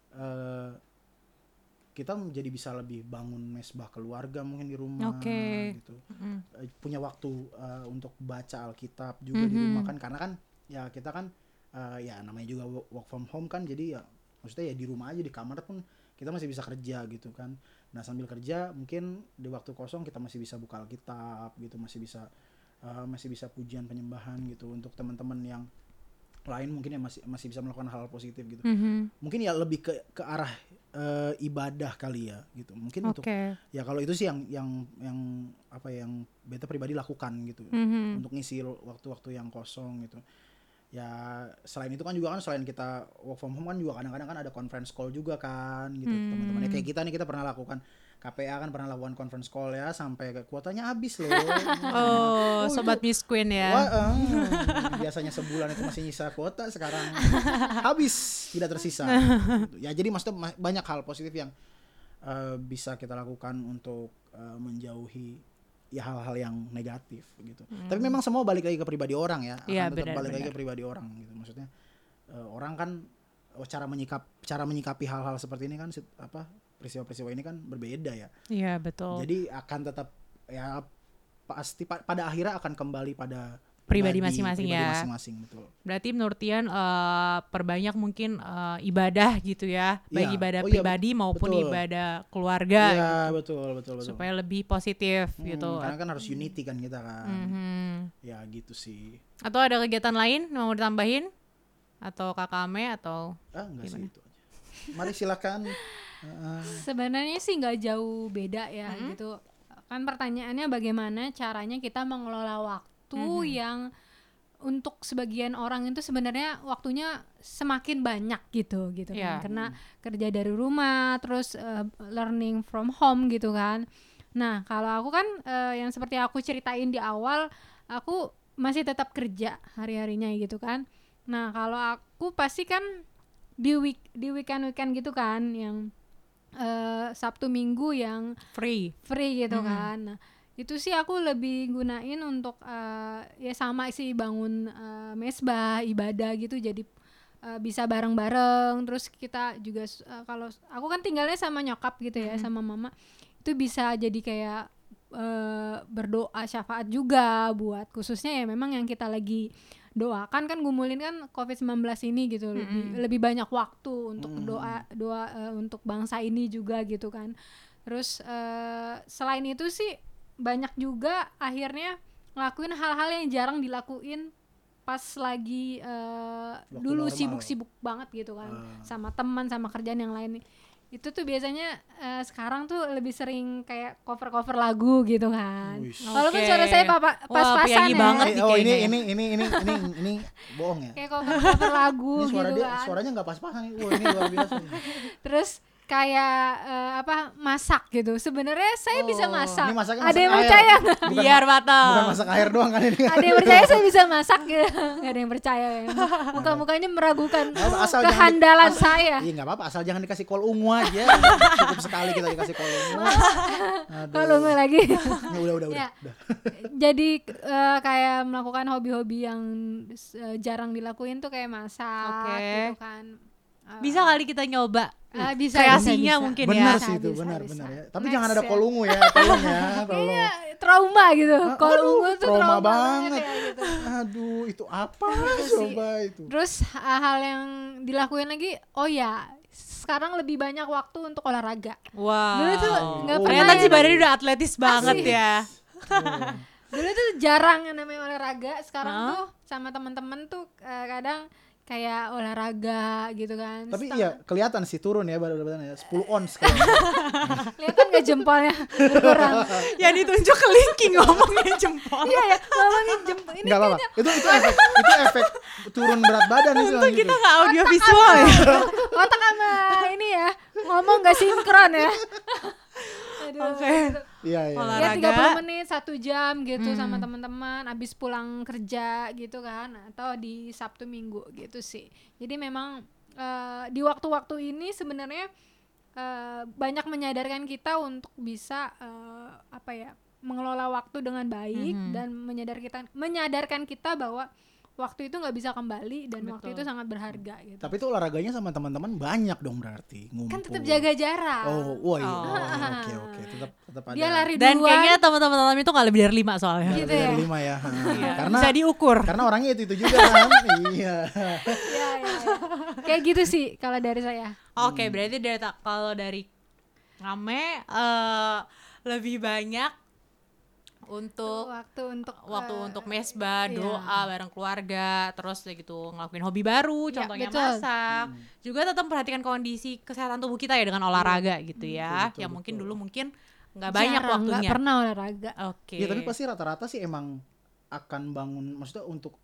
kita jadi bisa lebih bangun mesbah keluarga mungkin di rumah gitu. Punya waktu untuk baca Alkitab juga di rumah kan, karena kan ya kita kan ya namanya juga work from home kan, jadi ya maksudnya ya di rumah aja, di kamar pun kita masih bisa kerja gitu kan. Nah sambil kerja mungkin di waktu kosong kita masih bisa buka Alkitab gitu, masih bisa pujian penyembahan gitu. Untuk teman-teman yang lain mungkin yang masih bisa melakukan hal positif gitu. Mungkin ya lebih ke arah ibadah kali ya gitu. Mungkin untuk ya kalau itu sih yang apa yang Beta pribadi lakukan gitu. Untuk ngisi waktu-waktu yang kosong gitu. Ya selain itu kan juga kan selain kita work from home kan juga kadang-kadang kan ada conference call juga kan gitu. Teman-teman kayak kita nih, kita pernah lakukan KPA kan, pernah lakukan conference call ya sampai kuotanya habis loh. Sobat Miss Queen ya. Biasanya sebulan itu masih nyisa kuota, sekarang habis, tidak tersisa. Ya jadi maksudnya banyak hal positif yang bisa kita lakukan untuk menjauhi ya hal-hal yang negatif gitu. Tapi memang semua balik lagi ke pribadi orang ya. Akan tetap balik lagi ke pribadi orang gitu. Maksudnya orang kan cara menyikapi hal-hal seperti ini kan peristiwa-peristiwa ini kan berbeda ya. Iya, betul. Jadi akan tetap ya pasti pada akhirnya akan kembali pada pribadi masing-masing ya. Betul. Berarti menurut Tian perbanyak mungkin ibadah gitu ya, baik ibadah pribadi maupun ibadah keluarga. Iya, gitu. betul. Supaya lebih positif gitu. Karena kan harus unity kan kita kan. Ya gitu sih. Atau ada kegiatan lain yang mau ditambahin? Atau Kakak Ame atau enggak sih, itu aja. Mari silakan. Sebenarnya sih nggak jauh beda ya gitu. Kan pertanyaannya bagaimana caranya kita mengelola waktu yang untuk sebagian orang itu sebenarnya waktunya semakin banyak gitu kan, karena kerja dari rumah terus learning from home gitu kan. Nah kalau aku kan yang seperti aku ceritain di awal, aku masih tetap kerja hari-harinya gitu kan. Nah kalau aku pasti kan di weekend gitu kan, yang Sabtu Minggu yang free gitu kan. Nah itu sih aku lebih gunain untuk ya sama sih, bangun mesbah ibadah gitu, jadi bisa bareng-bareng. Terus kita juga kalau aku kan tinggalnya sama nyokap gitu ya, sama mama, itu bisa jadi kayak berdoa syafaat juga buat khususnya ya memang yang kita lagi doakan kan, gumulin kan COVID-19 ini gitu. Lebih banyak waktu untuk doa untuk bangsa ini juga gitu kan. Terus selain itu sih banyak juga akhirnya ngelakuin hal-hal yang jarang dilakuin pas lagi dulu normal, sibuk-sibuk banget gitu kan, sama teman, sama kerjaan yang lain. Itu tuh biasanya sekarang tuh lebih sering kayak cover lagu gitu kan. Walaupun suara saya pas-pasan ya. Banget ini bohong ya. Kayak cover lagu ini suara gitu dia, kan. Suaranya enggak pas-pasan. Ini luar biasa. Terus kayak masak gitu. Sebenarnya saya bisa masak. Ini masaknya Ada masak yang air. percaya nggak? Biar matang. Bukan masak air doang kan ini. Ada yang percaya saya bisa masak gitu. Gak ada yang percaya ya. Muka-mukanya meragukan Asal kehandalan saya. Iya nggak apa-apa, asal jangan dikasih kol ungu aja. Cukup sekali kita dikasih kol ungu. Kalau nggak lagi. Ya, udah. Ya. Jadi kayak melakukan hobi-hobi yang jarang dilakuin tuh kayak masak gitu kan. Bisa kali kita nyoba Bisa, kreasinya bisa. mungkin Benar ya. sih itu, Bisa. benar ya. Tapi Next jangan ada ya. kol ungu ya, tolong ya, tolong. Kayaknya trauma gitu. Kalau Aduh, ungu tuh trauma trauma banget. ya gitu. Aduh, itu apa? Itu sih. Coba itu. Terus hal yang dilakuin lagi, sekarang lebih banyak waktu untuk olahraga. Wow. Dulu tuh nggak pernah Kelihatan sih yang- badannya udah atletis banget Asli. ya. Dulu tuh jarang yang namanya olahraga. Sekarang Hah? tuh sama teman-teman tuh kadang kayak olahraga gitu kan. Tapi iya kelihatan sih turun ya badannya 10 ons kan. Kelihatan gak jempolnya berkurang? Ya ditunjuk ke linking ngomongnya jempol. Iya ya, ngomongin jempol ini Enggak apa-apa. Itu efek turun berat badan itu. Untung kita nggak audio visual ya. otak sama ini ya ngomong gak sinkron ya. Aduh, Oke. gitu. Iya. Ya Olahraga. 30 menit 1 jam gitu sama teman-teman abis pulang kerja gitu kan, atau di Sabtu Minggu gitu sih. Jadi memang di waktu-waktu ini sebenarnya banyak menyadarkan kita untuk bisa mengelola waktu dengan baik dan menyadarkan kita bahwa waktu itu nggak bisa kembali dan Betul. waktu itu sangat berharga gitu. Tapi itu olahraganya sama teman-teman banyak dong berarti ngumpul. Kan tetap jaga jarak. Oh, iya. Oke. Tetap ada. Dia lari Dan duluan. kayaknya teman-teman itu nggak lebih dari 5 soalnya. Gitu Lebih dari ya. 5 ya. Iya. Karena Bisa diukur. karena orangnya itu juga kan. Iya. Ya. Kayak gitu sih kalau dari saya. Oke, berarti kalau dari Ngame lebih banyak untuk waktu untuk mesbah, iya. doa bareng keluarga, terus kayak gitu ngelakuin hobi baru, Ya, contohnya betul. masak. Juga tetap perhatikan kondisi kesehatan tubuh kita ya dengan olahraga gitu ya. Betul, yang mungkin betul. dulu mungkin nggak banyak Jarang, waktunya. nggak pernah olahraga. Oke. Ya tapi pasti rata-rata sih emang akan bangun, maksudnya untuk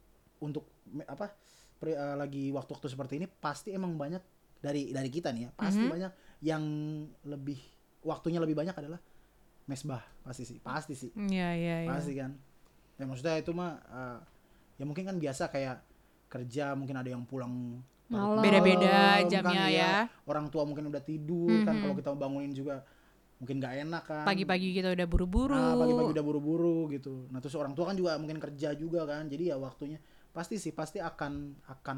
lagi waktu-waktu seperti ini pasti emang banyak dari kita nih ya, pasti banyak yang lebih waktunya lebih banyak adalah mesbah, pasti sih. Iya. Pasti kan. Ya maksudnya itu mah ya mungkin kan biasa kayak kerja, mungkin ada yang pulang Malam. Beda-beda kan, jamnya ya. Orang tua mungkin udah tidur kan, kalau kita bangunin juga mungkin nggak enak kan. Pagi-pagi kita udah buru-buru. Nah, pagi-pagi udah buru-buru gitu. Nah, terus orang tua kan juga mungkin kerja juga kan. Jadi ya waktunya pasti akan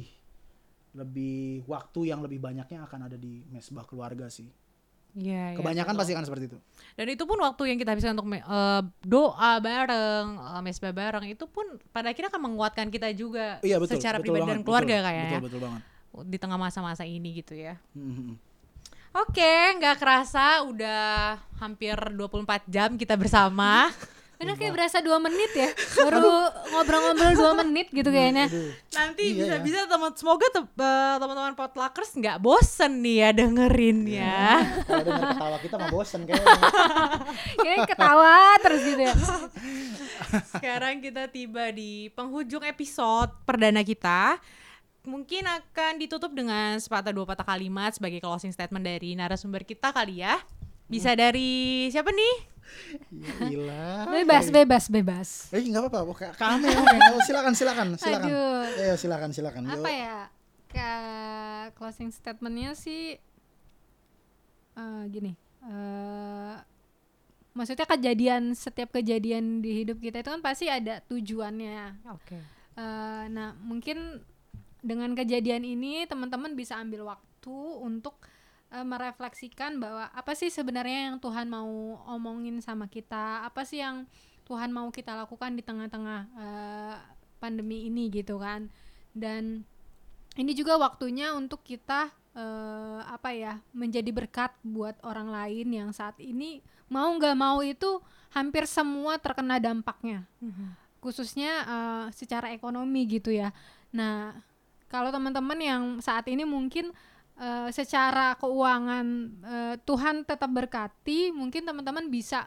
lebih waktu yang lebih banyaknya akan ada di mesbah keluarga sih. Iya, Kebanyakan betul. pasti akan seperti itu. Dan itu pun waktu yang kita habiskan untuk doa bareng, mesbah bareng, itu pun pada akhirnya akan menguatkan kita juga Iya, betul. secara betul pribadi banget, dan keluarga betul, kayaknya betul banget. di tengah masa-masa ini gitu ya. Hmm. Oke, nggak kerasa udah hampir 24 jam kita bersama. Udah kayak berasa 2 menit ya. Baru ngobrol-ngobrol 2 menit gitu kayaknya. Nanti Iya, bisa-bisa semoga teman-teman potluckers nggak bosen nih ya dengerin ya. Kalau dengar ketawa kita mah bosen kayaknya. Kayaknya ketawa terus gitu ya. Sekarang kita tiba di penghujung episode perdana kita. Mungkin akan ditutup dengan sepatah dua patah kalimat sebagai closing statement dari narasumber kita kali ya. Bisa dari siapa nih? Ya, gila. Bebas. Enggak apa-apa. Kami silakan. Aduh. Ayo silakan. Apa ya? Closing statementnya sih gini. Maksudnya setiap kejadian di hidup kita itu kan pasti ada tujuannya. Oke. Nah mungkin dengan kejadian ini teman-teman bisa ambil waktu untuk merefleksikan bahwa apa sih sebenarnya yang Tuhan mau omongin sama kita, apa sih yang Tuhan mau kita lakukan di tengah-tengah pandemi ini gitu kan. Dan ini juga waktunya untuk kita menjadi berkat buat orang lain yang saat ini mau nggak mau itu hampir semua terkena dampaknya, khususnya secara ekonomi gitu ya. Nah kalau teman-teman yang saat ini mungkin secara keuangan Tuhan tetap berkati, mungkin teman-teman bisa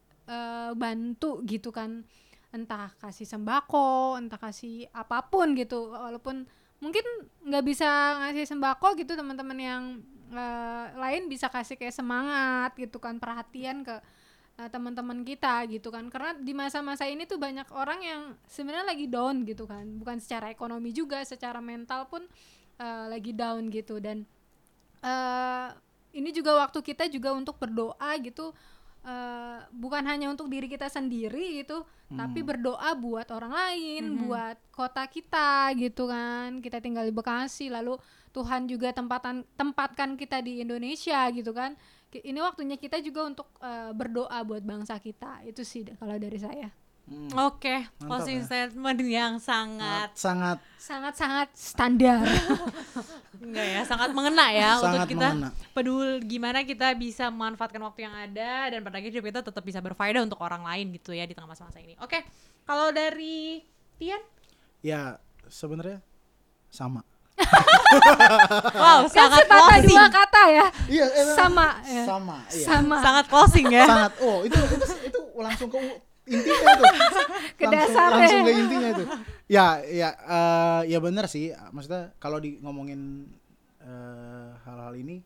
bantu gitu kan, entah kasih sembako, entah kasih apapun gitu, walaupun mungkin nggak bisa ngasih sembako gitu teman-teman yang lain bisa kasih kayak semangat gitu kan, perhatian ke teman-teman kita gitu kan, karena di masa-masa ini tuh banyak orang yang sebenarnya lagi down gitu kan, bukan secara ekonomi juga, secara mental pun lagi down gitu. Dan ini juga waktu kita juga untuk berdoa gitu, bukan hanya untuk diri kita sendiri gitu, tapi berdoa buat orang lain, buat kota kita gitu kan. Kita tinggal di Bekasi, lalu Tuhan juga tempatkan kita di Indonesia gitu kan. Ini waktunya kita juga untuk berdoa buat bangsa kita. Itu sih kalau dari saya. Oke, closing statement yang sangat standar. Enggak ya, sangat mengena ya Sangat untuk kita mengena. peduli gimana kita bisa memanfaatkan waktu yang ada dan pada akhirnya hidup kita tetap bisa berfaedah untuk orang lain gitu ya di tengah masa-masa ini. Oke, kalau dari Tian? Ya sebenarnya sama. Wow, Kan sangat sepatah closing. dua kata ya. Iya, Sama. Ya. Sama. Iya. Sama. Sangat closing ya. Sangat. Oh, itu langsung ke intinya itu. Ke dasarnya. Langsung ke intinya itu. Ya benar sih. Maksudnya kalau ngomongin hal-hal ini,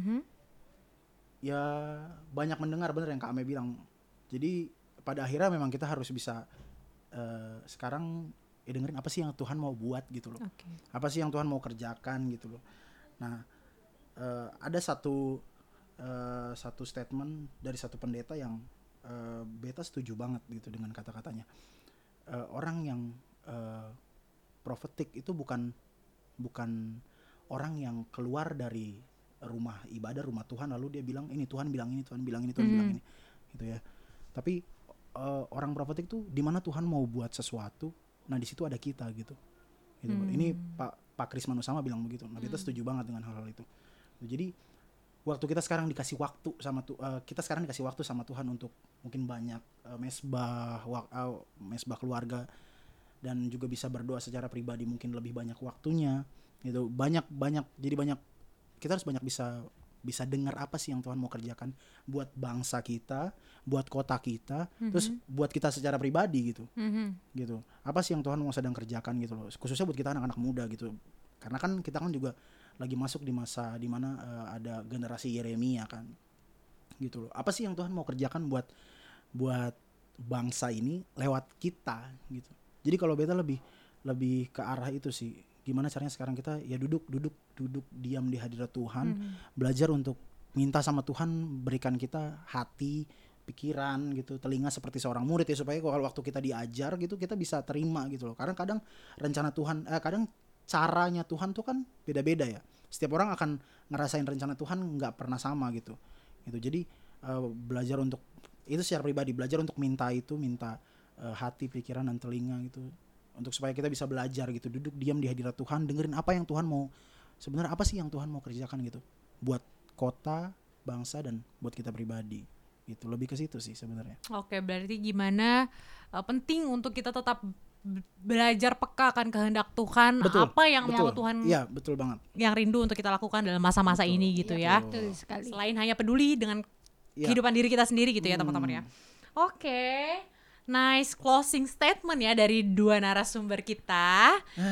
ya banyak mendengar bener yang Kak Ame bilang. Jadi pada akhirnya memang kita harus bisa sekarang dengerin apa sih yang Tuhan mau buat gitu loh. Okay. Apa sih yang Tuhan mau kerjakan gitu loh. Nah, ada satu statement dari satu pendeta yang beta setuju banget gitu dengan kata-katanya. Orang yang prophetic itu bukan orang yang keluar dari rumah ibadah, rumah Tuhan, lalu dia bilang ini Tuhan bilang ini, Tuhan bilang ini, Tuhan bilang ini gitu ya. Tapi orang prophetic tuh di mana Tuhan mau buat sesuatu, nah di situ ada kita gitu. Ini Pak Krisman Usama bilang begitu. Nah kita setuju banget dengan hal-hal itu. Jadi waktu kita sekarang dikasih waktu sama Tuhan untuk mungkin banyak mesbah keluarga, dan juga bisa berdoa secara pribadi mungkin lebih banyak waktunya gitu. Kita harus banyak bisa dengar apa sih yang Tuhan mau kerjakan buat bangsa kita, buat kota kita, terus buat kita secara pribadi gitu. Gitu. Apa sih yang Tuhan mau sedang kerjakan gitu loh. Khususnya buat kita anak-anak muda gitu. Karena kan kita kan juga lagi masuk di masa dimana ada generasi Yeremia kan. Gitu loh. Apa sih yang Tuhan mau kerjakan buat bangsa ini lewat kita gitu. Jadi kalau beta lebih ke arah itu sih. Gimana caranya sekarang kita ya duduk diam di hadirat Tuhan, belajar untuk minta sama Tuhan berikan kita hati, pikiran gitu, telinga seperti seorang murid ya, supaya kalau waktu kita diajar gitu kita bisa terima gitu loh. Karena kadang rencana Tuhan kadang caranya Tuhan tuh kan beda-beda ya. Setiap orang akan ngerasain rencana Tuhan nggak pernah sama gitu. Jadi belajar untuk itu secara pribadi, belajar untuk minta hati, pikiran dan telinga gitu. Untuk supaya kita bisa belajar gitu, duduk diam di hadirat Tuhan, dengerin apa yang Tuhan mau, sebenarnya apa sih yang Tuhan mau kerjakan gitu buat kota, bangsa, dan buat kita pribadi gitu. Lebih ke situ sih sebenarnya. Oke, berarti gimana penting untuk kita tetap belajar peka akan kehendak Tuhan, apa yang mau Tuhan, iya betul banget, yang rindu untuk kita lakukan dalam masa-masa ini gitu ya. Betul sekali. Selain hanya peduli dengan kehidupan diri kita sendiri gitu ya teman-teman ya. Oke. Nice closing statement ya dari dua narasumber kita.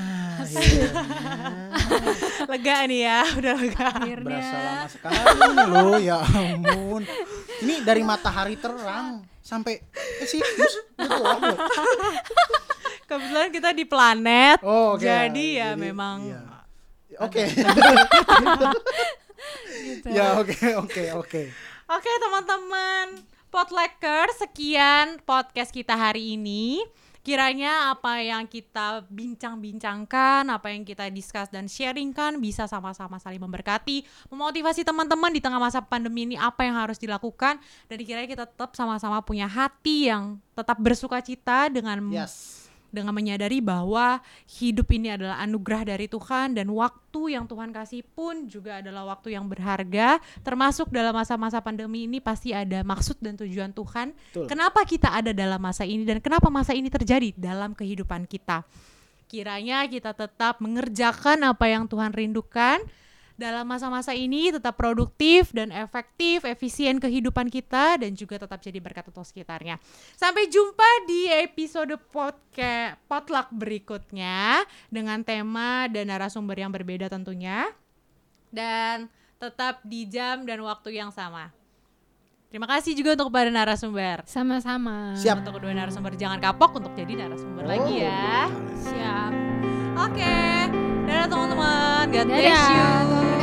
Lega nih ya, udah lega. Berasa lama sekali nih loh, ya ampun. Ini dari matahari terang sampai serius betul. Kebetulan kita di planet, jadi ya jadi, memang. Iya. Oke. Gitu. Ya oke. Oke teman-teman. Potlaker, sekian podcast kita hari ini. Kiranya apa yang kita bincang-bincangkan, apa yang kita discuss dan sharingkan bisa sama-sama saling memberkati, memotivasi teman-teman di tengah masa pandemi ini apa yang harus dilakukan, dan kiranya kita tetap sama-sama punya hati yang tetap bersukacita dengan menyadari bahwa hidup ini adalah anugerah dari Tuhan, dan waktu yang Tuhan kasih pun juga adalah waktu yang berharga, termasuk dalam masa-masa pandemi ini pasti ada maksud dan tujuan Tuhan. Betul. Kenapa kita ada dalam masa ini dan kenapa masa ini terjadi dalam kehidupan kita. Kiranya kita tetap mengerjakan apa yang Tuhan rindukan dalam masa-masa ini, tetap produktif dan efektif, efisien kehidupan kita, dan juga tetap jadi berkat untuk sekitarnya. Sampai jumpa di episode podcast Potluck berikutnya dengan tema dan narasumber yang berbeda tentunya. Dan tetap di jam dan waktu yang sama. Terima kasih juga untuk kepada narasumber. Sama-sama. Siap. Untuk kedua narasumber, jangan kapok untuk jadi narasumber lagi ya. Siap. Oke, dadah teman-teman. God Dadah. bless you.